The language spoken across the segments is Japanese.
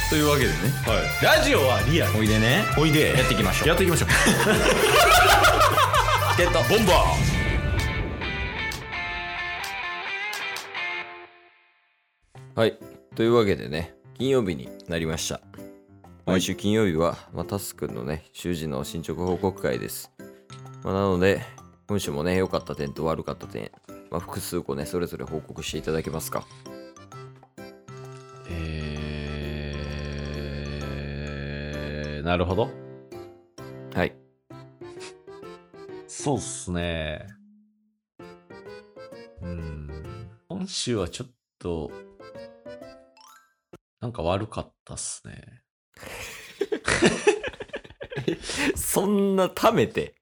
というわけでね、 はい、ラジオはリアル。 おいでね、 おいでやっていきましょう。 やっていきましょう。 ゲットボンバー。はい、というわけでね、金曜日になりました。毎週金曜日は、タスくんのね、習字の進捗報告会です。なので、今週もね、良かった点と悪かった点、複数個ね、それぞれ報告していただけますか。 なるほど。 はい。 そうっすね。今週はちょっと、なんか悪かったっすね。 そんなためて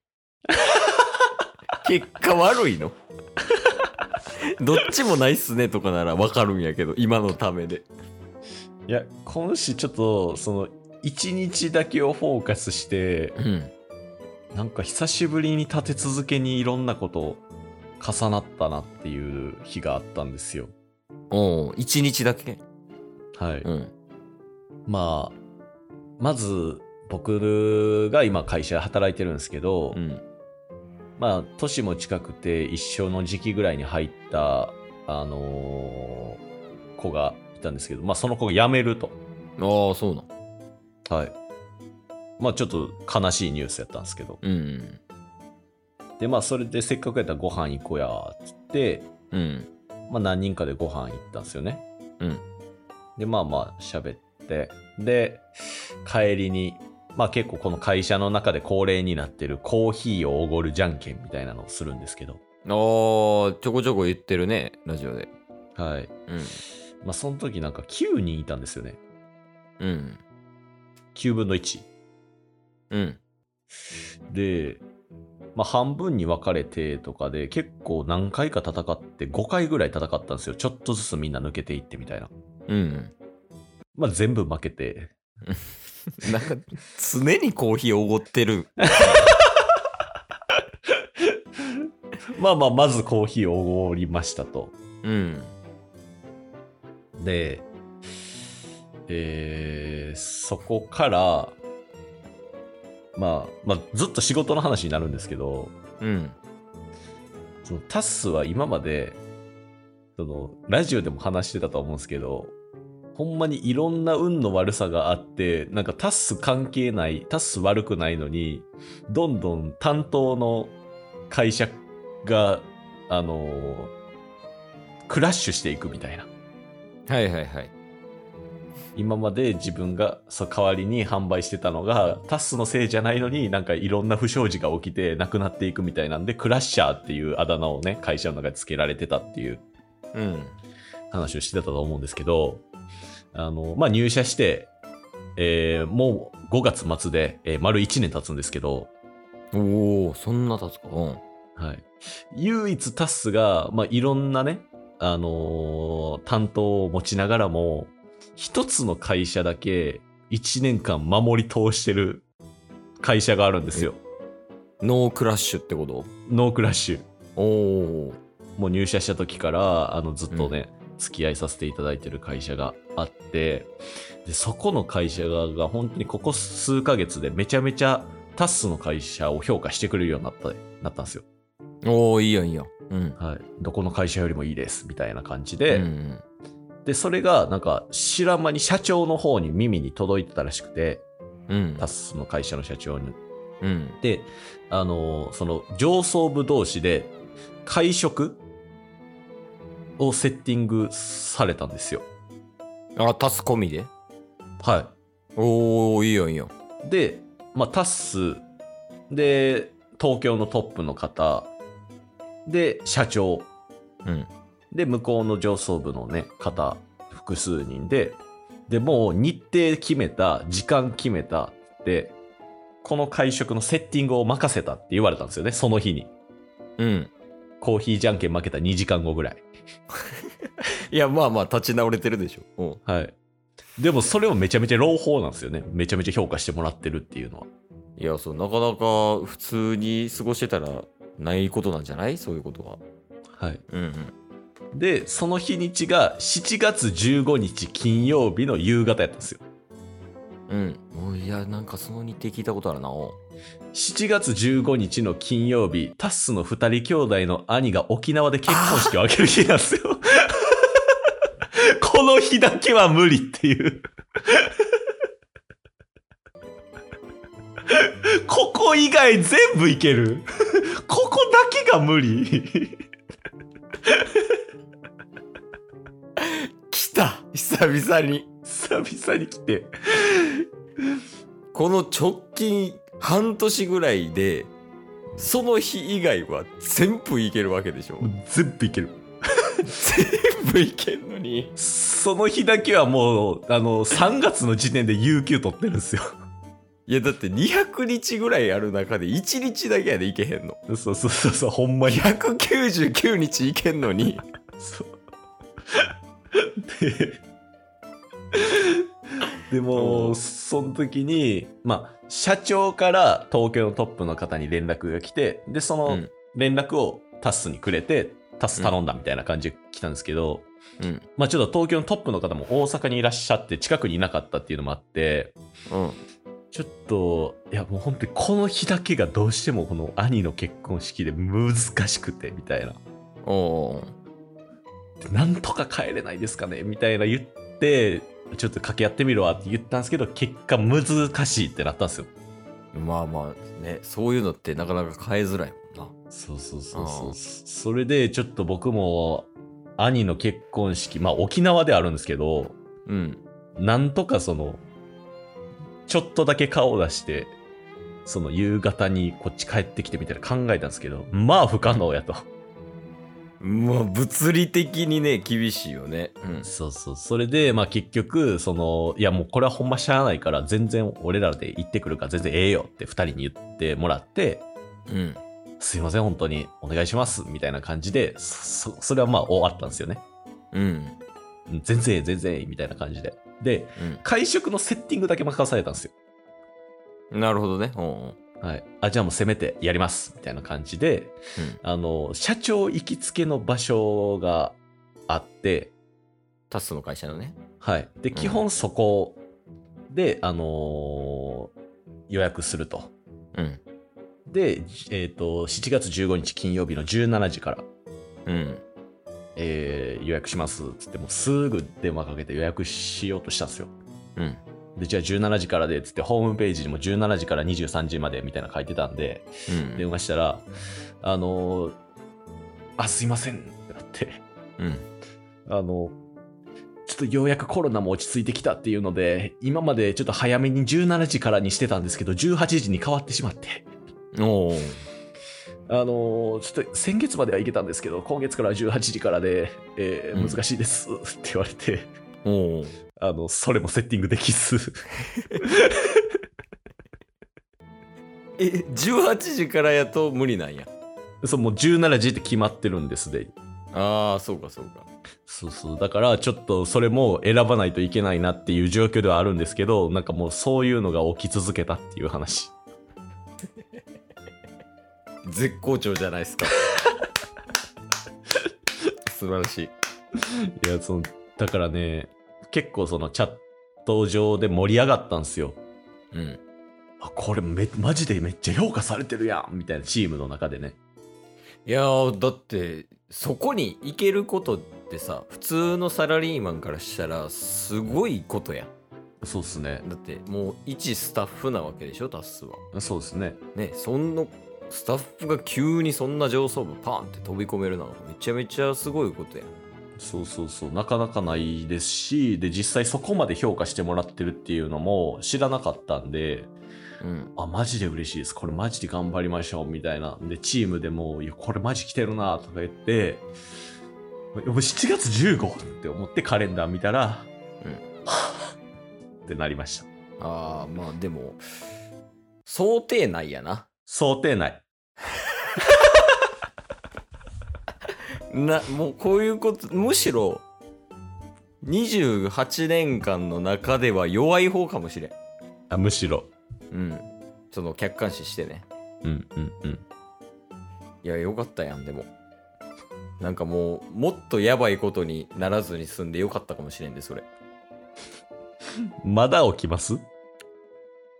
結果悪いの？どっちもないっすねとかならわかるんやけど、今のためで。 いや、今週ちょっと、一日だけをフォーカスして、なんか久しぶりに立て続けにいろんなこと重なったなっていう日があったんですよ。 おう、一日だけ。 はい。まず僕が今会社で働いてるんですけど、年も近くて一緒の時期ぐらいに入った、子がいたんですけど、その子が辞めると。 ああ、そうなん。 はい。ちょっと悲しいニュースやったんですけど。で、それでせっかくやったらご飯行こうや、つって、何人かでご飯行ったんですよね。で、喋って、で、帰りに、結構この会社の中で恒例になってるコーヒーをおごるじゃんけんみたいなのをするんですけど。 ちょこちょこ言ってるね、ラジオで。 はい。その時なんか9人いたんですよね。9分の1。で、半分に分かれてとかで結構何回か戦って5回ぐらい戦ったんですよ。ちょっとずつみんな抜けていってみたいな。全部負けて。 なんか常にコーヒーおごってる。 まずコーヒーをおごりましたと。で、そこからずっと仕事の話になるんですけど、そのタッスは今までラジオでも話してたと思うんですけど、ほんまにいろんな運の悪さがあって、なんかタッス関係ない、タッス悪くないのに、どんどん担当の会社がクラッシュしていくみたいな。今まで自分が代わりに販売してたのがタスのせいじゃないのに、なんかいろんな不祥事が起きてなくなっていくみたいなんで、クラッシャーっていうあだ名をね、会社の中で付けられてたっていう話をしてたと思うんですけど、入社して、もう5月末で、丸1年経つんですけど。 おー、そんな経つか。はい。 唯一タスが、いろんなね、担当を持ちながらも、一つの会社だけ1年間守り通してる会社があるんですよ。 ノークラッシュってこと？ ノークラッシュ。 おー。 もう入社した時からずっとね、付き合いさせていただいてる会社があって、でそこの会社が本当にここ数ヶ月でめちゃめちゃタスの会社を評価してくれるようになったんですよ。 おー、いいやんいいやん。 はい。どこの会社よりもいいですみたいな感じで、でそれがなんか知らん間に社長の方に耳に届いてたらしくて、タスの会社の社長に。で、その上層部同士で会食をセッティングされたんですよ。 タス込みで？ はい。 おー、いいよいいよ。 で、タスで東京のトップの方で社長、で向こうの上層部のね方複数人で、もう日程決めた、時間決めたってこの会食のセッティングを任せたって言われたんですよね、その日に。コーヒーじゃんけん負けた2時間後ぐらい。 いや、立ち直れてるでしょ。 はい。でもそれもめちゃめちゃ朗報なんですよね。めちゃめちゃ評価してもらってるっていうのは。 いや、そう、なかなか普通に過ごしてたらないことなんじゃない？そういうことは。 はい。で、その日にちが7月15日金曜日の夕方やったんですよ。 うん。もういや、なんかその日程聞いたことあるな。 7月15日の金曜日、タッスの2人兄弟の兄が沖縄で結婚式を挙げる日なんですよ。この日だけは無理っていう。ここ以外全部いける。ここだけが無理。 来た、久々に来て。 この直近半年ぐらいでその日以外は全部いけるわけでしょ。 全部いける。 全部いけんのに、 その日だけはもう3月の時点で有給取ってるんですよ。 いやだって200日ぐらいある中で1日だけやでいけへんの。 そうほんまに 199日いけんのに。 そうでもその時に社長から東京のトップの方に連絡が来て、でその連絡をタスにくれて、タス頼んだみたいな感じで来たんですけど、ちょっと東京のトップの方も大阪にいらっしゃって近くにいなかったっていうのもあって、ちょっといやもう本当にこの日だけがどうしてもこの兄の結婚式で難しくてみたいな。なんとか帰れないですかねみたいな言って、ちょっと掛け合ってみろわって言ったんですけど、結果難しいってなったんですよ。 まあね、そういうのってなかなか変えづらいもんな。 そう。それでちょっと僕も兄の結婚式、沖縄であるんですけど、なんとかちょっとだけ顔を出してその夕方にこっち帰ってきてみたいな考えたんですけど、不可能やと。 もう物理的にね厳しいよね。 それで結局いやもうこれはほんましゃあないから全然俺らで行ってくるから全然ええよって2人に言ってもらって、すいません本当にお願いしますみたいな感じで、それは終わったんですよね。全然みたいな感じで、会食のセッティングだけ任されたんですよ。 なるほどね。 はい。じゃあもうせめてやりますみたいな感じで、社長行きつけの場所があって、 タスの会社のね。 はい。で、基本そこで、予約すると。で、7月15日金曜日の17時から、予約しますっつって、もうすぐ電話かけて予約しようとしたんですよ。でじゃあ17時からでっつってホームページにも17時から23時までみたいな書いてたんで、電話したらすいませんってなって、ちょっとようやくコロナも落ち着いてきたっていうので今までちょっと早めに17時からにしてたんですけど18時に変わってしまって、ちょっと先月までは行けたんですけど今月からは18時からで、難しいですって言われて、それもセッティングできず。 18時からやと無理なんや。 もう17時って決まってるんですで。 そうか。 だからちょっとそれも選ばないといけないなっていう状況ではあるんですけど、なんかもうそういうのが起き続けたっていう話。 絶好調じゃないですか。素晴らしい。 いやだからね、結構チャット上で盛り上がったんですよ。これマジでめっちゃ評価されてるやんみたいな、チームの中でね。 いやだってそこに行けることってさ、普通のサラリーマンからしたらすごいことやん。 そうっすね。 だってもう一スタッフなわけでしょ、タスは。 そうですね。 そんなスタッフが急にそんな上層部パーンって飛び込めるのはめちゃめちゃすごいことやん。 そうなかなかないですし、で実際そこまで評価してもらってるっていうのも知らなかったんで、マジで嬉しいです、これマジで頑張りましょうみたいな。でチームでもいやこれマジ来てるなとか言って、7月15って思ってカレンダー見たら、はぁってなりました。 でも想定内やな。 想定内。 もうこういうこと、むしろ28年間の中では弱い方かもしれん。 むしろその客観視してね。いやよかったやん。でもなんかもっとやばいことにならずに済んでよかったかもしれんで、それ。 まだ起きます？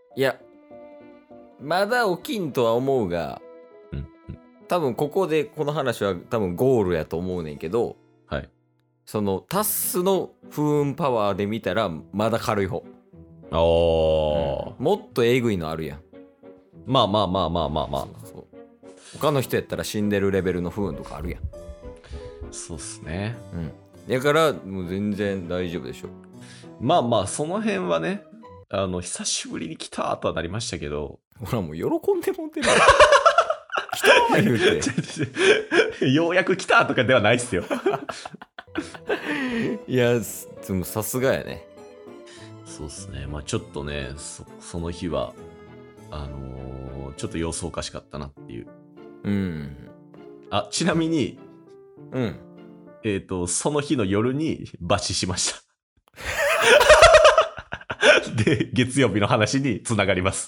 いやまだ起きんとは思うが、多分ここでこの話は多分ゴールやと思うねんけど、 はい。 そのタスの風雲パワーで見たらまだ軽い方。 もっとえぐいのあるやん。 まあまあまあまあまあまあ。 そう他の人やったら死んでるレベルの風雲とかあるやん。 そうっすね。 だからもう全然大丈夫でしょ。 まあまあその辺はね、久しぶりに来たとはなりましたけど、 ほらもう喜んでもんてる来た言うてようやく来たとかではないっすよ。 いやでもさすがやね。 そうっすね。まあちょっとね、その日はちょっと様子おかしかったなっていう。ちなみにその日の夜に抜歯しました。で、月曜日の話につながります。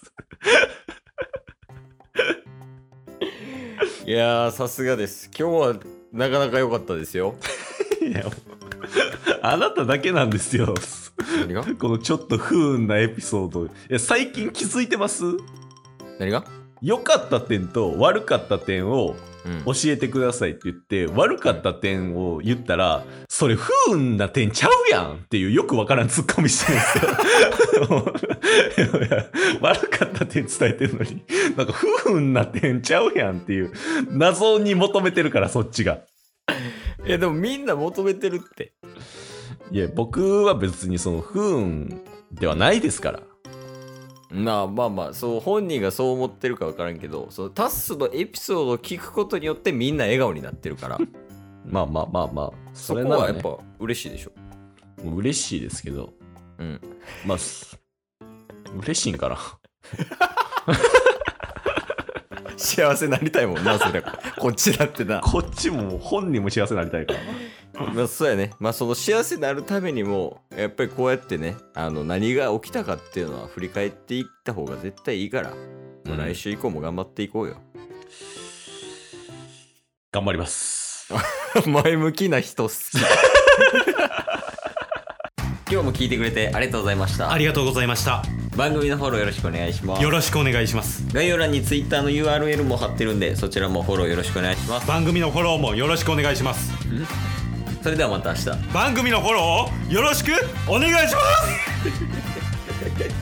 いやーさすがです。今日はなかなか良かったですよ。 いやあなただけなんですよ。 何がこのちょっと不運なエピソード。最近気づいてます？ 何が良かった点と悪かった点を教えてくださいって言って、悪かった点を言ったら、それ不運な点ちゃうやんっていうよくわからんツッコミしてるんですよ。悪かった点伝えてるのに、なんか不運な点ちゃうやんっていう謎に求めてるから、そっちが。 いやでもみんな求めてるって。 いや僕は別にその不運ではないですから。 まあそう本人がそう思ってるか分からんけど、そのタッスのエピソードを聞くことによってみんな笑顔になってるからまあそれならやっぱ嬉しいでしょ。 もう嬉しいですけど、まあ嬉しいんかな。 幸せになりたいもんな、それこっちだってな。 こっちも本人も幸せになりたいからな。 まあそうやね。まあその幸せになるためにもやっぱりこうやってね、何が起きたかっていうのは振り返っていった方が絶対いいから、来週以降も頑張っていこうよ。 頑張ります。 前向きな人好き。今日も聞いてくれてありがとうございました。 ありがとうございました。 番組のフォローよろしくお願いします。 よろしくお願いします。 概要欄に Twitter の URL も貼ってるんで、そちらもフォローよろしくお願いします。 番組のフォローもよろしくお願いします。 それではまた明日。 番組のフォローをよろしくお願いします。